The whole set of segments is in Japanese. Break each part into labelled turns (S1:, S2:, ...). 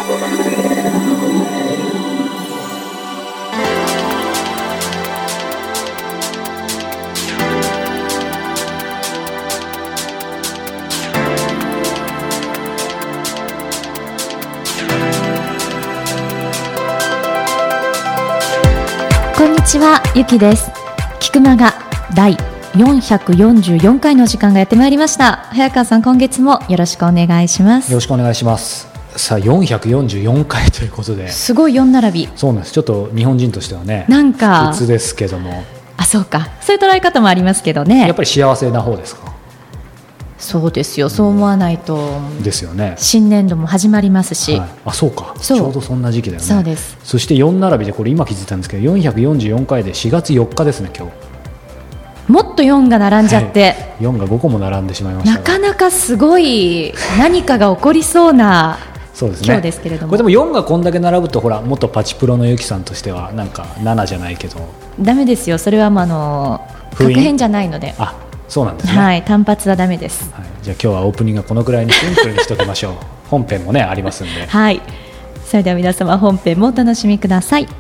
S1: こんにちは、ゆきです。菊間が第444回の時間がやってまいりました。早川さん、今月もよろしくお願いします。
S2: よろしくお願いします。さあ444回ということで、
S1: すごい4並び。
S2: そうなんです。ちょっと日本人としてはね、
S1: なんか
S2: 普通ですけども、
S1: そうか、そういう捉え方もありますけどね。
S2: やっぱり幸せな方ですか？
S1: そうですよ、そう思わないと
S2: ですよね。
S1: 新年度も始まりますし、
S2: そうか、ちょうどそんな時期だよね。
S1: そうです。
S2: そして4並びで、これ今気づいたんですけど、444回で4月4日ですね。今日
S1: もっと4が並んじゃって、
S2: 4が5個も並んでしまいました。
S1: なかなかすごい何かが起こりそうな
S2: そうですね、
S1: 今日ですけれども、
S2: これでも4がこんだけ並ぶと、ほら元パチプロのゆきさんとしてはなんか7じゃないけど
S1: ダメですよ。それは確変じゃないので。
S2: そうなんですね。
S1: はい、単発はダメです。
S2: じゃあ今日はオープニングはこのくらいにシンプルにしておきましょう。本編もねありますんで。
S1: はい、それでは皆様、本編もお楽しみください。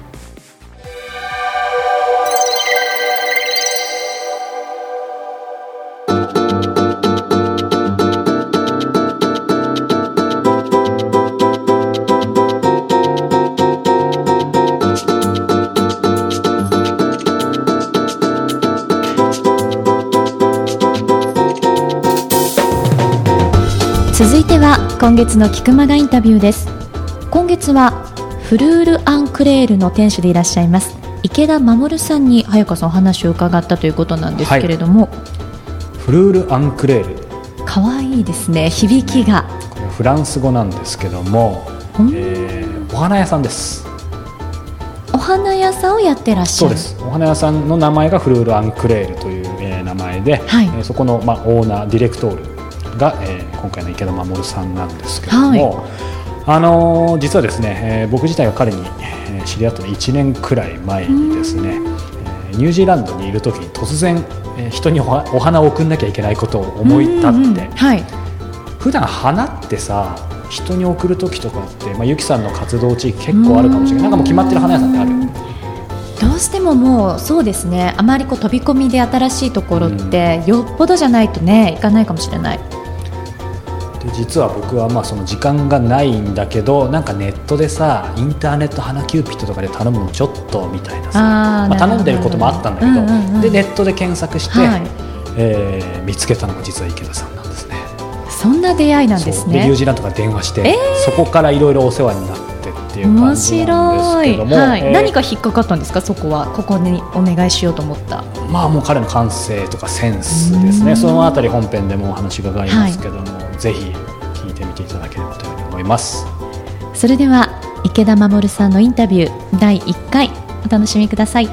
S1: 続いては今月の菊間がインタビューです。今月はフルール・アンクレールの店主でいらっしゃいます池田守さんに早川さんお話を伺ったということなんですけれども、
S2: フルール・アンクレール、
S1: かわいいですね、響きが。
S2: これフランス語なんですけども、お花屋さんです。
S1: お花屋さんをやってらっしゃる。
S2: そうです。お花屋さんの名前がフルール・アンクレールという、名前で、そこの、オーナーディレクトールが、今回の池田守さんなんですけれども、実はですね、僕自体が彼に、知り合ったの1年くらい前にですね、ニュージーランドにいる時に突然、人にお花を贈んなきゃいけないことを思い立って、普段花ってさ、人に贈る時とかって、ゆきさんの活動地域結構あるかもしれない。なんかもう決まってる花屋さんってある？
S1: どうしてももうそうですね、あまり飛び込みで新しいところってよっぽどじゃないとね行かないかもしれない。
S2: で実は僕はその時間がないんだけど、なんかネットでさ、インターネット花キューピッドとかで頼むのちょっとみたいなさ、頼んでることもあったんだけど、でネットで検索して、見つけたのが実は池田さんなんですね。
S1: そんな出会いなんですね。
S2: でニュージーランドから電話して、そこからいろいろお世話になってっていう感じなんですけども、
S1: 何か引っかかったんですか？そこはここにお願いしようと思った。
S2: もう彼の感性とかセンスですね。そのあたり本編でもお話伺いますけども、ぜひ聞いてみていただければというふうに思います。
S1: それでは池田守さんのインタビュー第1回お楽しみください。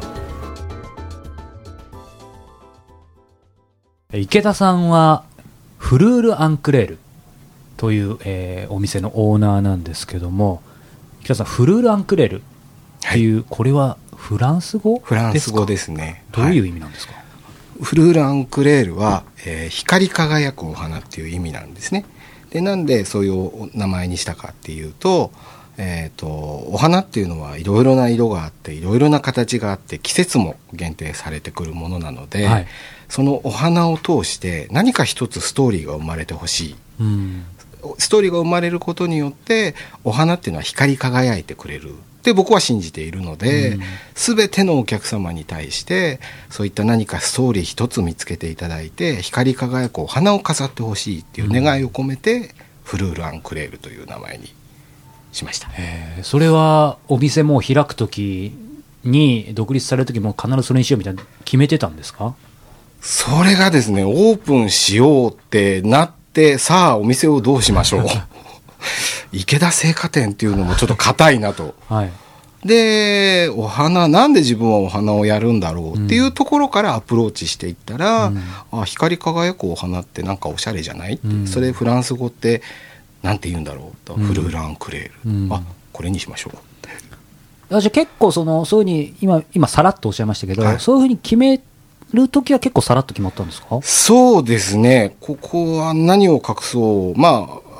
S2: 池田さんはフルール・アンクレールという、お店のオーナーなんですけども、池田さん、フルール・アンクレールっていう、これはフランス語ですか？
S3: フランス語ですね。
S2: どういう意味なんですか？
S3: フルール・アンクレールは、光り輝くお花っていう意味なんですね。で、なんでそういう名前にしたかっていうと、お花っていうのはいろいろな色があっていろいろな形があって季節も限定されてくるものなので、そのお花を通して何か一つストーリーが生まれてほしい、ストーリーが生まれることによってお花っていうのは光り輝いてくれるって僕は信じているので、全てのお客様に対してそういった何かストーリー一つ見つけていただいて光り輝くお花を飾ってほしいっていう願いを込めて、フルール・アンクレールという名前にしました。
S2: それはお店も開くときに、独立されるときも必ずそれにしようみたいな決めてたんですか？
S3: それがですね、オープンしようってなって、さあお店をどうしましょう池田製菓店っていうのもちょっと硬いなと、でなんで自分はお花をやるんだろうっていうところからアプローチしていったら、光り輝くお花ってなんかおしゃれじゃないって、それフランス語ってなんて言うんだろうと、フルール・アンクレール、これにしましょう。
S2: じゃあ結構そういうふうに今さらっとおっしゃいましたけど、そういうふうに決めるときは結構さらっと決まったんですか？
S3: そうですね、ここは何を隠そう、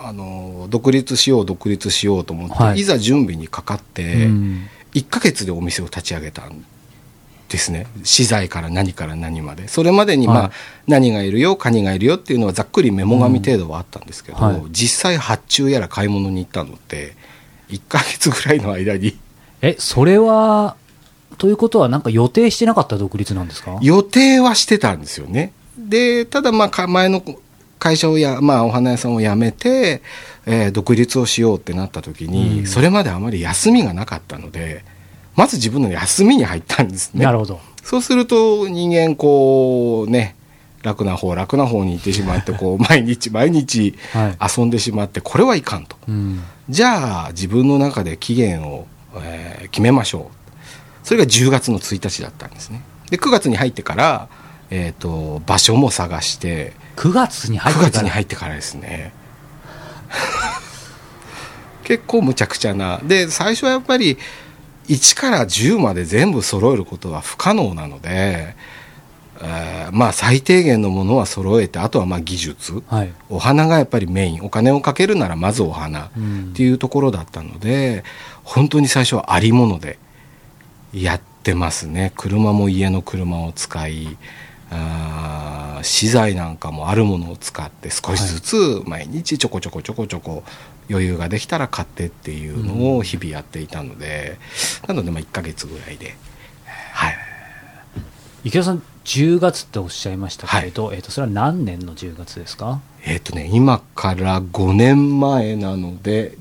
S3: 独立しようと思って、はい、いざ準備にかかって、1ヶ月でお店を立ち上げたんですね。資材から何まで。それまでに、はい、何がいるよカニがいるよっていうのはざっくりメモ紙程度はあったんですけど、はい、実際発注やら買い物に行ったのって1ヶ月ぐらいの間に。
S2: それはということはなんか予定してなかった独立なんですか？
S3: 予定はしてたんですよね。でただ前の会社をお花屋さんを辞めて、独立をしようってなった時に、それまであまり休みがなかったので、まず自分の休みに入ったんですね。
S2: なるほど。
S3: そうすると人間こうね、楽な方に行ってしまって毎日遊んでしまって、これはいかんと、じゃあ自分の中で期限を、決めましょう。それが10月の1日だったんですね。で9月に入ってから、場所も探して
S2: 9月に入ってから
S3: ですね結構むちゃくちゃな。で最初はやっぱり1から10まで全部揃えることは不可能なので、最低限のものは揃えて、あとは技術、はい、お花がやっぱりメイン、お金をかけるならまずお花っていうところだったので、本当に最初はありものでやってますね。車も家の車を使い、資材なんかもあるものを使って少しずつ毎日ちょこちょこ余裕ができたら買ってっていうのを日々やっていたので、なので1ヶ月ぐらいで、はい。
S2: 池田さん10月っておっしゃいましたけれど、はい、それは何年の10月ですか？
S3: 今から5年前なので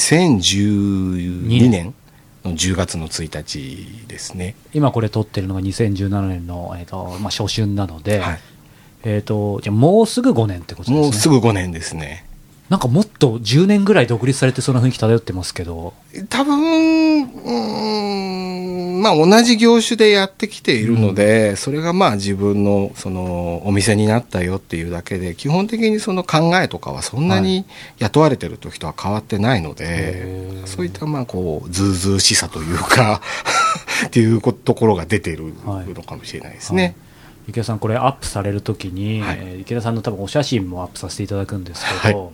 S3: 2012年の10月の1日ですね。
S2: 今これ撮ってるのが2017年の、初春なので、はい、じゃあもうすぐ5年ってことですね。
S3: もうすぐ5年ですね。
S2: なんかもっと10年ぐらい独立されてそんな雰囲気漂ってますけど、
S3: 多分同じ業種でやってきているので、それが自分のそのお店になったよっていうだけで、基本的にその考えとかはそんなに雇われてる時とは変わってないので、そういったずうずうしさというかっていうところが出ているのかもしれないですね。はいはい、
S2: 池田さんこれアップされるときに、はい、池田さんの多分お写真もアップさせていただくんですけど、はい、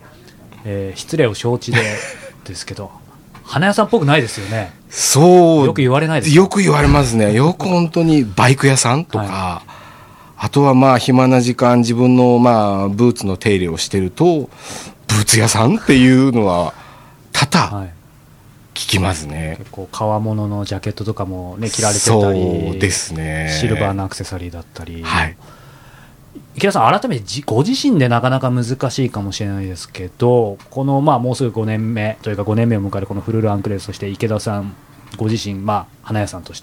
S2: 失礼を承知ですけど花屋さんっぽくないですよね。
S3: そう
S2: よく言われないですか？
S3: よく言われますね。よく本当にバイク屋さんとか、はい、あとは暇な時間自分のブーツの手入れをしてるとブーツ屋さんっていうのは多々聞きますね。
S2: 結構革物のジャケットとかもね着られてたり、
S3: そうですね、
S2: シルバーのアクセサリーだったり、
S3: はい、
S2: 池田さん改めてご自身でなかなか難しいかもしれないですけど、このもうすぐ5年目というか5年目を迎えるこのフルールアンクレール、そして池田さんご自身、花屋さんとして、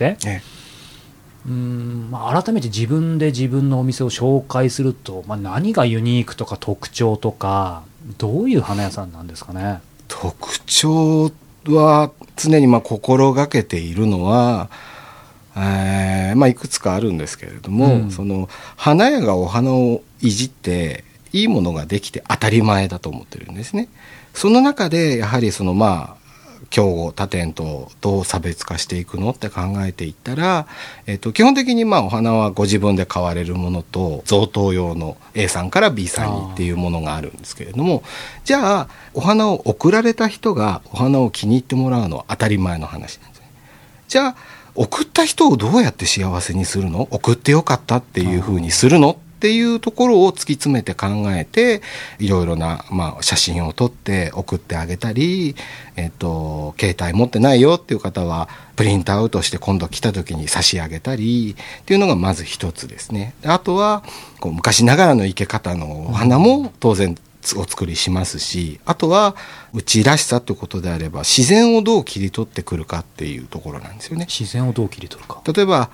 S2: 改めて自分で自分のお店を紹介すると、何がユニークとか特徴とか、どういう花屋さんなんですかね？
S3: 特徴は常に心がけているのは、いくつかあるんですけれども、その花屋がお花をいじっていいものができて当たり前だと思ってるんですね。その中でやはりその競合他店とどう差別化していくのって考えていったら、基本的にお花はご自分で買われるものと贈答用の A さんから B さんにっていうものがあるんですけれども、じゃあお花を贈られた人がお花を気に入ってもらうのは当たり前の話なんですね。じゃあ送った人をどうやって幸せにするの？送ってよかったっていう風にするの？っていうところを突き詰めて考えて、いろいろな、写真を撮って送ってあげたり、携帯持ってないよっていう方はプリントアウトして今度来た時に差し上げたりっていうのがまず一つですね。あとは昔ながらの生け方のお花も当然お作りしますし、あとはうちらしさということであれば自然をどう切り取ってくるかっていうところなんですよね。
S2: 自然をどう切り取るか。
S3: 例えば、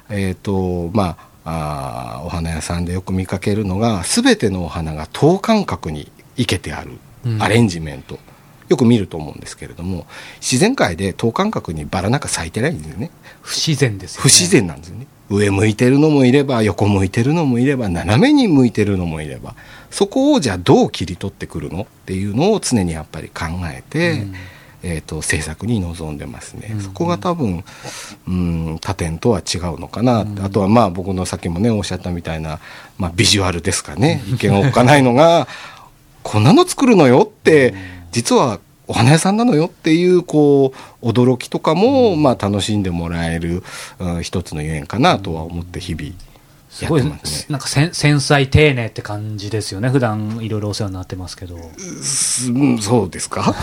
S3: お花屋さんでよく見かけるのが、全てのお花が等間隔に生けてあるアレンジメント、よく見ると思うんですけれども、自然界で等間隔にバラなんか咲いてないんですよね。
S2: 不自然ですよね。
S3: 不自然なんですよね。上向いてるのもいれば、横向いてるのもいれば、斜めに向いてるのもいれば、そこをじゃあどう切り取ってくるのっていうのを常にやっぱり考えて、制作に臨んでますね。そこが多分他店とは違うのかな。あとは僕のさっきもねおっしゃったみたいな、ビジュアルですかね。意見を置かないのがこんなの作るのよって実はお花屋さんなのよっていう驚きとかも、楽しんでもらえる、一つのゆえんかなとは思って日々
S2: すごいなんか繊細丁寧って感じですよね。普段いろいろお世話になってますけど。
S3: そうですか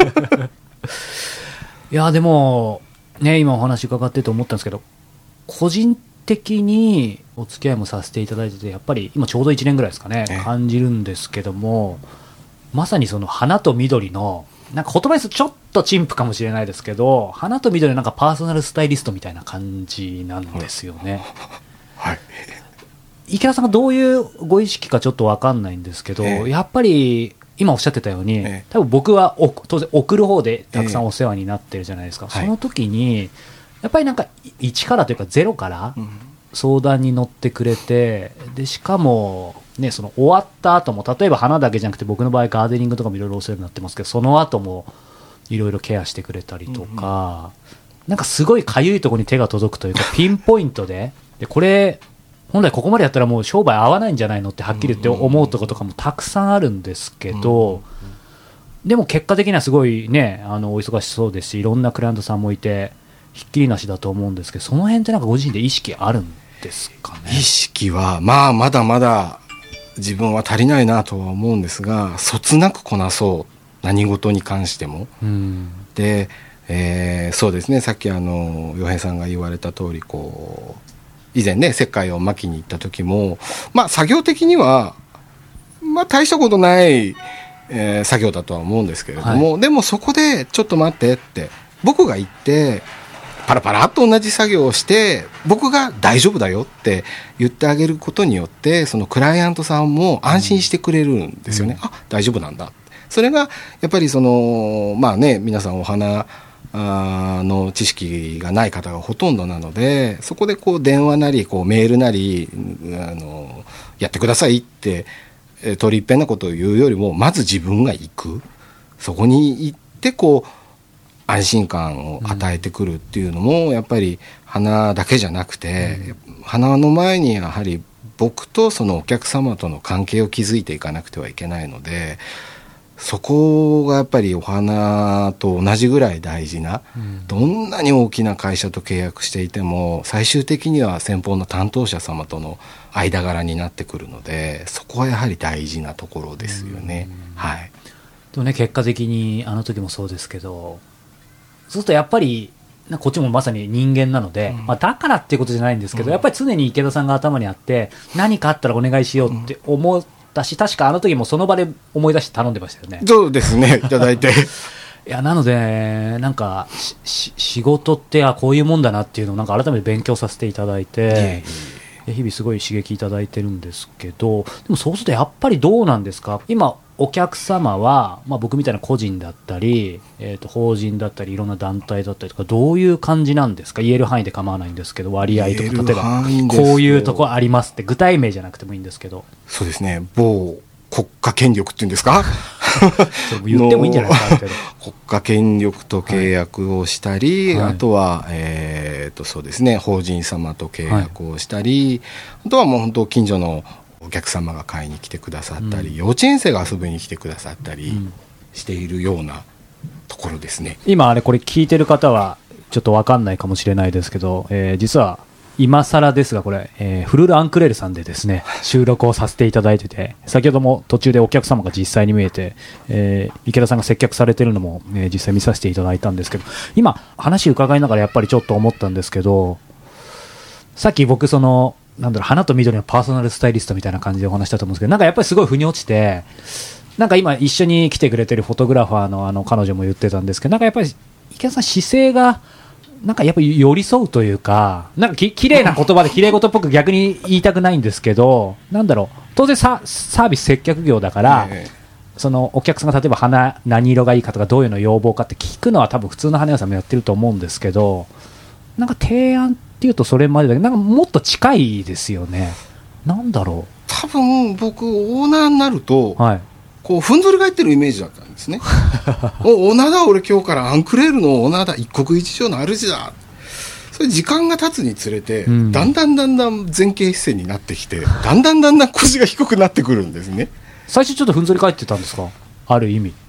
S2: いやでもね、今お話伺ってて思ったんですけど、個人的にお付き合いもさせていただいてて、やっぱり今ちょうど1年ぐらいですかね、感じるんですけども、まさにその花と緑のなんか言葉にするとちょっと陳腐かもしれないですけど、花と緑のなんかパーソナルスタイリストみたいな感じなんですよね。
S3: はい、
S2: 池田さんがどういうご意識かちょっと分かんないんですけど、やっぱり今おっしゃってたように、多分僕は当然送る方でたくさんお世話になってるじゃないですか、その時にやっぱりなんか1からというか0から相談に乗ってくれて、でしかもね、その終わった後も例えば花だけじゃなくて僕の場合ガーデニングとかもいろいろお世話になってますけど、その後もいろいろケアしてくれたりとか、なんかすごいかゆいところに手が届くというかピンポイントで、これ本来ここまでやったらもう商売合わないんじゃないのってはっきり言って思うところとかもたくさんあるんですけど、でも結果的にはすごいね、お忙しそうですし、いろんなクライアントさんもいてひっきりなしだと思うんですけど、その辺ってなんかご自身で意識あるんですかね。
S3: 意識はまだまだ自分は足りないなとは思うんですが、そつなくこなそう、何事に関しても。で、そうですね、さっき洋平さんが言われた通り、以前ね、石灰を撒きに行った時も、作業的には大したことない、作業だとは思うんですけれども、でもそこでちょっと待ってって僕が言ってパラパラっと同じ作業をして僕が大丈夫だよって言ってあげることによって、そのクライアントさんも安心してくれるんですよね。あ、大丈夫なんだ。それがやっぱりその皆さんお花の知識がない方がほとんどなので、そこで電話なりメールなりやってくださいって取り一遍なことを言うよりも、まず自分が行く、そこに行って安心感を与えてくるっていうのも、やっぱり花だけじゃなくて、花の前にやはり僕とそのお客様との関係を築いていかなくてはいけないので、そこがやっぱりお花と同じぐらい大事な、どんなに大きな会社と契約していても最終的には先方の担当者様との間柄になってくるので、そこはやはり大事なところですよね。はい。
S2: でもね、結果的にあの時もそうですけど、そうするとやっぱりこっちもまさに人間なので、だからっていうことじゃないんですけど、やっぱり常に池田さんが頭にあって、何かあったらお願いしようって思ったし、確かあの時もその場で思い出して頼んでましたよね。
S3: そうですね、いただいて
S2: いやなのでなんか仕事ってこういうもんだなっていうのをなんか改めて勉強させていただいて、日々すごい刺激いただいてるんですけど、でもそうするとやっぱりどうなんですか、今お客様は、僕みたいな個人だったり、法人だったりいろんな団体だったりとか、どういう感じなんですか。言える範囲で構わないんですけど、割合とか、例えばこういうとこありますって具体名じゃなくてもいいんですけど。
S3: そうですね、某国家権力っていうんですか
S2: 言ってもいいんじゃないですか。ある程度
S3: 国家権力と契約をしたり、あとは、そうですね、法人様と契約をしたり、あとはもう本当近所のお客様が買いに来てくださったり、幼稚園生が遊びに来てくださったりしているようなところですね。
S2: 今これ聞いてる方はちょっと分かんないかもしれないですけど、実は今更ですがこれ、フルール・アンクレールさんでですね収録をさせていただいてて、先ほども途中でお客様が実際に見えて、池田さんが接客されてるのも、実際見させていただいたんですけど、今話伺いながらやっぱりちょっと思ったんですけど、さっき僕花と緑のパーソナルスタイリストみたいな感じでお話したと思うんですけど、なんかやっぱりすごい腑に落ちて、なんか今一緒に来てくれてるフォトグラファーの彼女も言ってたんですけど、なんかやっぱり池田さん姿勢がなんかやっぱり寄り添うというか、なんか綺麗な言葉で綺麗事っぽく逆に言いたくないんですけど、なんだろう、当然サービス接客業だから、そのお客さんが例えば花何色がいいかとかどういうの要望かって聞くのは多分普通の花屋さんもやってると思うんですけど、なんか提案っていうとそれまでだけど、なんかもっと近いですよね。なんだろう、
S3: 多分僕オーナーになると、ふんぞり返ってるイメージだったんですねオーナーだ、俺今日からアンクレールのオーナーだ、一国一城の主だ。それ時間が経つにつれて、だんだん前傾姿勢になってきて、だんだん腰が低くなってくるんですね。
S2: 最初ちょっとふんぞり返ってたんですか、ある意味。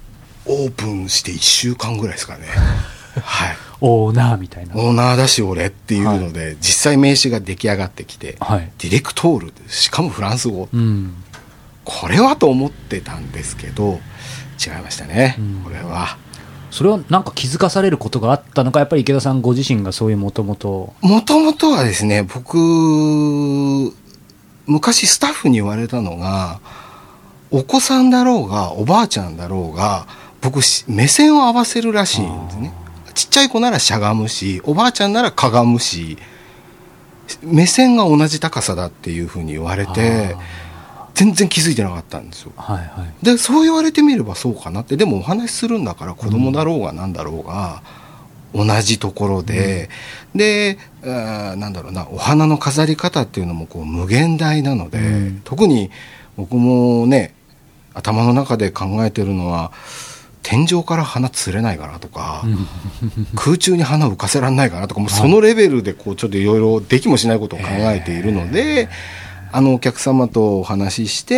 S3: オープンして1週間ぐらいですかねはい、
S2: オーナーみたいな、
S3: オーナーだし俺っていうので、はい、実際名刺が出来上がってきて、はい、ディレクトールしかもフランス語、これはと思ってたんですけど違いましたね、これは。
S2: それはなんか気づかされることがあったのか、やっぱり池田さんご自身がそういうもともと
S3: はですね、僕昔スタッフに言われたのが、お子さんだろうがおばあちゃんだろうが僕目線を合わせるらしいんですね。ちっちゃい子ならしゃがむし、おばあちゃんならかがむし、目線が同じ高さだっていうふうに言われて全然気づいてなかったんですよ、はいはい、でそう言われてみればそうかなって。でもお話しするんだから子供だろうがなんだろうが同じところで、でなんだろうな、お花の飾り方っていうのもこう無限大なので、特に僕もね頭の中で考えてるのは、天井から花釣れないかなとか空中に花浮かせられないかなとか、もうそのレベルでこうちょっといろいろできもしないことを考えているので、お客様とお話しして、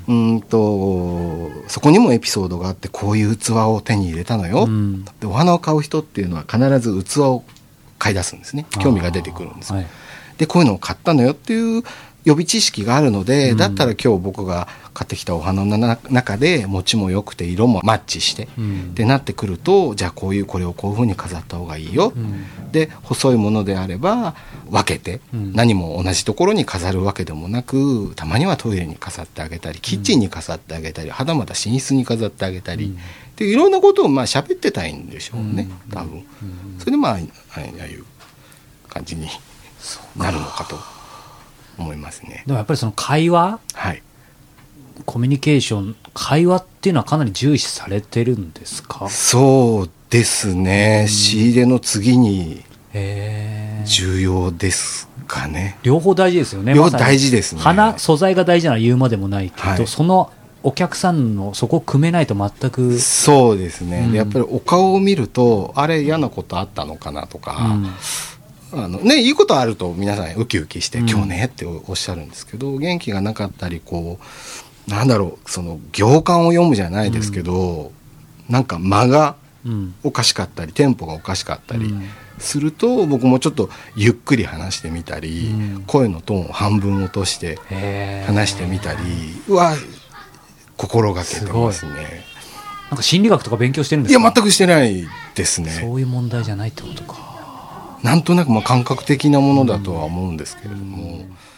S3: そこにもエピソードがあって、こういう器を手に入れたのよ、でお花を買う人っていうのは必ず器を買い出すんですね。興味が出てくるんです、はい、でこういうのを買ったのよっていう予備知識があるので、だったら今日僕が買ってきたお花の中で持ちも良くて色もマッチして、ってなってくると、じゃあこれをこういう風に飾った方がいいよ、で細いものであれば分けて、何も同じところに飾るわけでもなく、たまにはトイレに飾ってあげたり、キッチンに飾ってあげたり、はたまた寝室に飾ってあげたり、でいろんなことを喋ってたいんでしょうね、多分。それでああいう感じになるのかと思いますね。
S2: でもやっぱりその会話、はい、コミュニケーション、会話っていうのはかなり重視されてるんですか？
S3: そうですね、仕入れの次に重要ですかね。
S2: 両方大事ですよね。
S3: 両方大事ですね。
S2: 素材が大事なら言うまでもないけど、はい、そのお客さんのそこを組めないと全く。
S3: そうですね、やっぱりお顔を見ると、あれ嫌なことあったのかなとか、いいことあると皆さんウキウキして、今日ねっておっしゃるんですけど、元気がなかったり、こうなんだろう、その行間を読むじゃないですけど、なんか間がおかしかったり、テンポがおかしかったりすると、僕もちょっとゆっくり話してみたり、声のトーンを半分落として話してみたりは心がけてますね。
S2: なんか心理学とか勉強してるんですか？
S3: いや全くしてないですね。
S2: そういう問題じゃないってことか。
S3: なんとなく感覚的なものだとは思うんですけれども、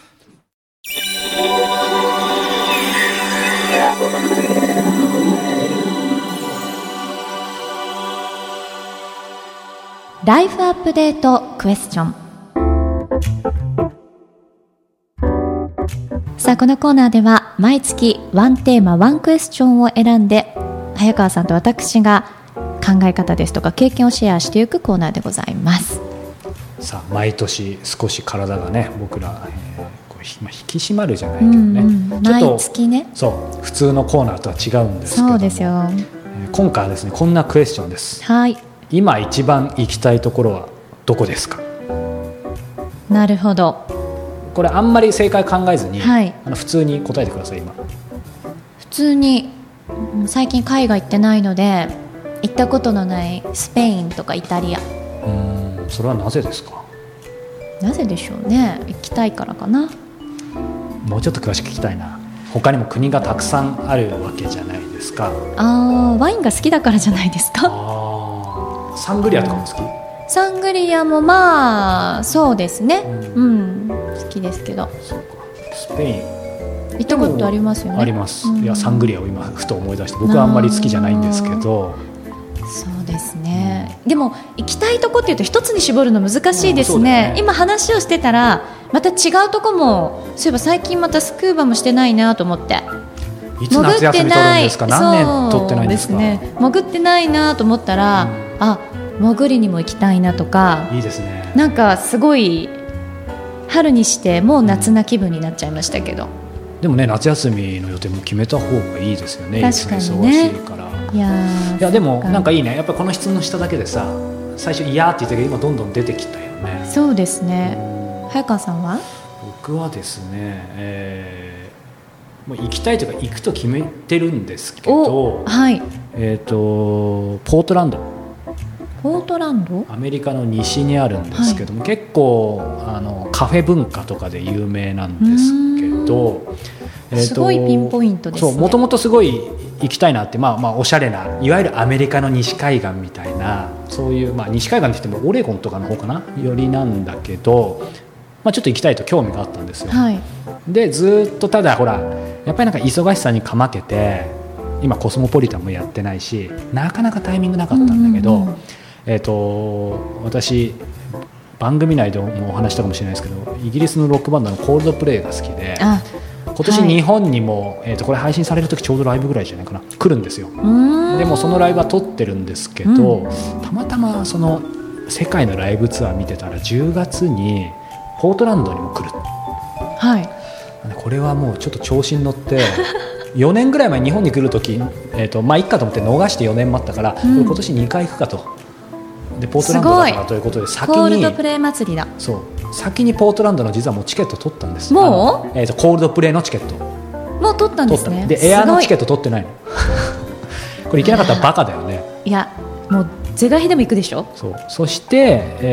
S1: ライフアップデートクエスチョン。さあこのコーナーでは毎月ワンテーマワンクエスチョンを選んで、早川さんと私が考え方ですとか経験をシェアしていくコーナーでございます。
S2: さあ毎年少し体がね、僕ら、引き締まるじゃないけどね、ちょっと
S1: 毎月ね、
S2: そう普通のコーナーとは違うんですけども、
S1: そうですよ。
S2: 今回はですね、こんなクエスチョンです。
S1: はい。
S2: 今一番行きたいところはどこですか？
S1: なるほど。
S2: これあんまり正解考えずに、
S1: はい、
S2: 普通に答えてください。今
S1: 普通に、最近海外行ってないので行ったことのないスペインとかイタリア。
S2: それはなぜですか？
S1: なぜでしょうね。行きたいからかな。
S2: もうちょっと詳しく聞きたいな。他にも国がたくさんあるわけじゃないですか。
S1: ワインが好きだからじゃないですか。
S2: サングリアとかも好き？
S1: サングリアもそうですね、好きですけど。
S2: そうか。スペイン
S1: 行ったことありますよね。
S2: あります、いやサングリアを今ふと思い出して、僕はあんまり好きじゃないんですけど。
S1: そうですね、でも行きたいとこっていうと一つに絞るの難しいですね。今話をしてたらまた違うとこも、そういえば最近またスクーバもしてないなと思って。
S2: いつ夏休み取るんですか？何年取ってないんですか？
S1: そうですね、潜ってないなと思ったら、潜りにも行きたいなとか。
S2: いいですね。
S1: なんかすごい春にしてもう夏な気分になっちゃいましたけど、
S2: でもね、夏休みの予定も決めた方がいいですよね。
S1: 確かにね。
S2: 忙しいから。いやでもなんかいいね。やっぱこの質問しただけでさ、最初嫌って言ったけど今どんどん出てきたよね。
S1: そうですね。早川さんは？
S2: 僕はですね、もう行きたいというか行くと決めてるんですけど、
S1: はい、
S2: ポートランド、アメリカの西にあるんですけども、はい、結構カフェ文化とかで有名なんですけど、
S1: すごいピンポイントですね。
S2: もともとすごい行きたいなって、おしゃれないわゆるアメリカの西海岸みたいな、そういう、西海岸って言ってもオレゴンとかの方かなよりなんだけど、ちょっと行きたいと興味があったんですよ、はい、でずっとただほらやっぱりなんか忙しさにかまけて今コスモポリタンもやってないしなかなかタイミングなかったんだけど、私番組内でもお話したかもしれないですけど、イギリスのロックバンドのコールドプレイが好きで、今年日本にも、これ配信される時ちょうどライブぐらいじゃないかな来るんですよ。でもそのライブは撮ってるんですけど、たまたまその世界のライブツアー見てたら10月にポートランドにも来る、はい、これはもうちょっと調子に乗って4年ぐらい前に日本に来る時、いっかと思って逃して4年待ったから、今年2回行くかと。でポートランドだからということで先に
S1: コールドプレイ祭りだ。
S2: そう先にポートランドの実はもうチケット取ったんです。
S1: もう、
S2: コールドプレイのチケット
S1: もう取ったんですね。
S2: でエアのチケット取ってないのこれ行けなかったらバカだよね。
S1: いやもう是が非でも行くでしょ。
S2: そして、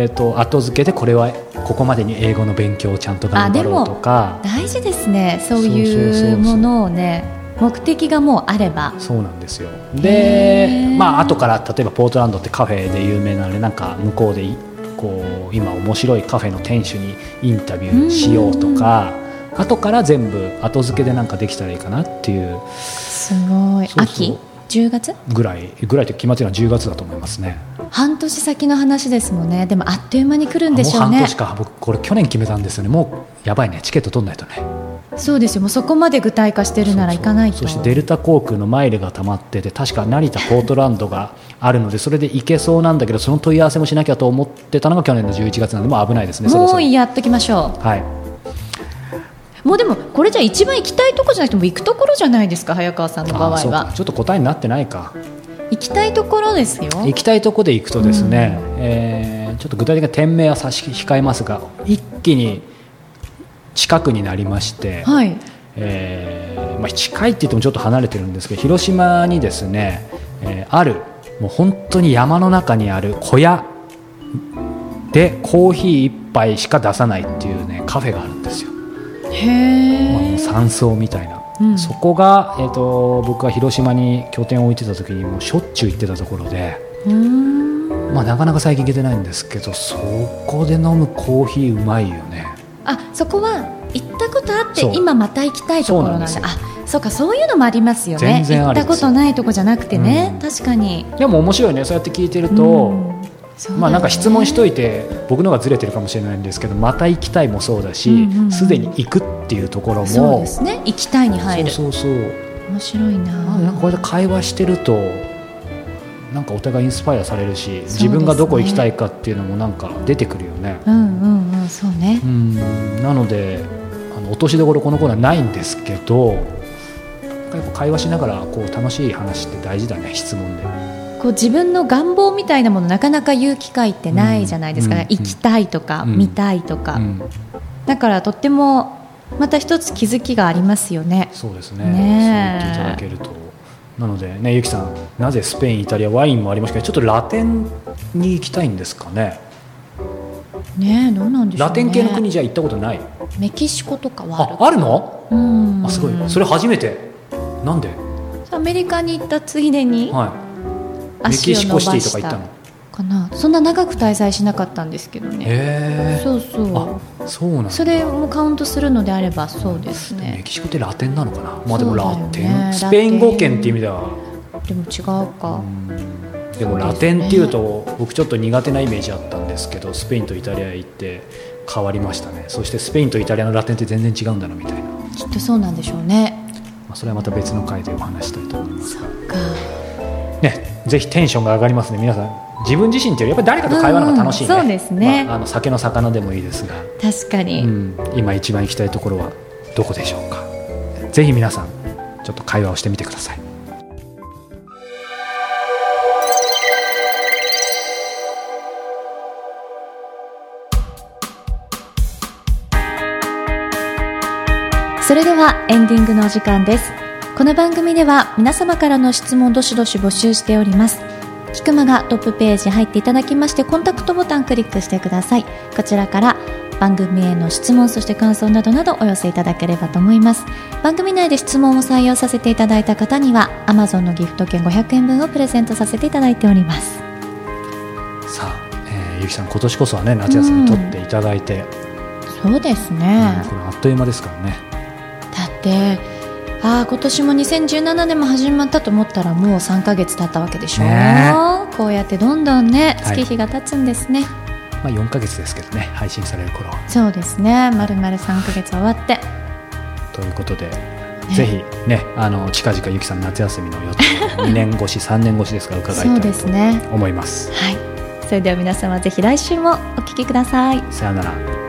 S2: 後付けでこれはここまでに英語の勉強をちゃんと頑張ろうとか。
S1: でも大事ですね、そういうものをね、目的がもうあれば。
S2: そうなんですよ。で、後から例えばポートランドってカフェで有名なので、なんか向こうでこう今面白いカフェの店主にインタビューしようとか、後から全部後付けでなんかできたらいいかなっていう。
S1: すごい。秋10月
S2: ぐらいって決まってるのは10月だと思いますね。
S1: 半年先の話ですもんね。でもあっという間に来るんでしょうね。
S2: もう半年か。僕これ去年決めたんですよね。もうやばいね、チケット取んないとね。
S1: そうですよ。もうそこまで具体化してるなら行かないと。
S2: そしてデルタ航空のマイルが溜まってて、確か成田ポートランドがあるのでそれで行けそうなんだけど、その問い合わせもしなきゃと思ってたのが去年の11月なんで、もう危ないですね。
S1: もうやっときましょう。
S2: はい。
S1: もうでもこれじゃ一番行きたいとこじゃなくても行くところじゃないですか、早川さんの場合は。
S2: そうか、ちょっと答えになってないか。
S1: 行きたいところですよ。
S2: 行きたいところで行くとですね、ちょっと具体的な店名は差し控えますが、一気に近くになりまして、はい、近いって言ってもちょっと離れてるんですけど、広島にですね、あるもう本当に山の中にある小屋でコーヒー一杯しか出さないっていうねカフェがあるんですよ。へー、山荘みたいな。そこが、僕が広島に拠点を置いてた時にもうしょっちゅう行ってたところで、なかなか最近行けてないんですけど、そこで飲むコーヒーうまいよね。
S1: そこは行ったことあって今また行きたいところなんだ。そうか、そういうのもありますよね。全然ありです。行ったことないとこじゃなくてね、確かに。
S2: でも面白いね、そうやって聞いてると、なんか質問しといて僕のがずれてるかもしれないんですけど、また行きたいもそうだし、すでに行くっていうところも
S1: そうですね、行きたいに入る。
S2: そう
S1: 面白いな。
S2: なんかこれで会話してるとなんかお互いインスパイアされるし、自分がどこ行きたいかっていうのもなんか出てくるよね。
S1: そうね。
S2: なので落としどころこのコーナーないんですけど、やっぱ会話しながらこう楽しい話って大事だね、質問で。
S1: こう自分の願望みたいなものなかなか言う機会ってないじゃないですか、行きたいとか、見たいとか、だからとってもまた一つ気づきがありますよね。
S2: そうですね。そう言っていただけると。なのでね、ゆきさん、なぜスペイン、イタリア、ワインもありましたけど、ちょっとラテンに行きたいんですかね。
S1: ね、どうなんでしょうね。
S2: ラテン系の国じゃ行ったことない。
S1: メキシコとかは
S2: あるの？すごい。それ初めて。なんで？
S1: アメリカに行ったついでに。
S2: メキシコシティとか行ったの
S1: かな。そんな長く滞在しなかったんですけどね。
S2: そうなんだ。
S1: それもカウントするのであればそうですね。
S2: メキシコってラテンなのかな。でもラテン、スペイン語圏っていう意味では
S1: でも違うか。
S2: でもラテンっていうと僕ちょっと苦手なイメージあったんですけど、スペインとイタリア行って変わりましたね。そしてスペインとイタリアのラテンって全然違うんだなみたいな。
S1: きっとそうなんでしょうね。
S2: それはまた別の回でお話したいと思いますがね、ぜひテンションが上がりますね。皆さん自分自身っていうよりやっぱり誰かと会話の方が楽しいね。
S1: そうですね。
S2: 酒の魚でもいいですが、
S1: 確かに、
S2: 今一番行きたいところはどこでしょうか。ぜひ皆さんちょっと会話をしてみてください。
S1: それではエンディングのお時間です。 この番組では皆様からの質問どしどし募集しております。キクマガトップページ入っていただきまして、コンタクトボタンクリックしてください。こちらから番組への質問、そして感想などなどお寄せいただければと思います。番組内で質問を採用させていただいた方には Amazon のギフト券500円分をプレゼントさせていただいております。
S2: さあ、ゆきさん、今年こそはね、夏休み取っていただいて、
S1: そうですね、
S2: これあっという間ですからね。
S1: だって今年も2017年も始まったと思ったらもう3ヶ月経ったわけでしょ、こうやってどんどんね月日が経つんですね。
S2: 4ヶ月ですけどね、配信される頃は。
S1: そうですね、丸々3ヶ月終わって
S2: ということで、ぜひね、近々ゆきさんの夏休みの予定を2年越し3年越しですから伺いたいと思います。
S1: はい、それでは皆様ぜひ来週もお聞きください。
S2: さよなら。